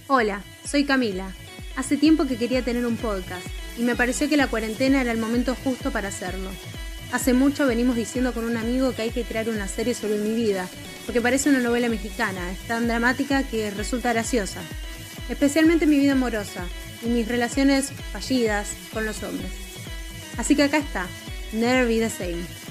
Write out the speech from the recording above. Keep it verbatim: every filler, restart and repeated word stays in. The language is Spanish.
Hola, soy Camila. Hace tiempo que quería tener un podcast y me pareció que la cuarentena era el momento justo para hacerlo. Hace mucho venimos diciendo con un amigo que hay que crear una serie sobre mi vida, porque parece una novela mexicana, es tan dramática que resulta graciosa. Especialmente mi vida amorosa y mis relaciones fallidas con los hombres. Así que acá está, Never Be the Same.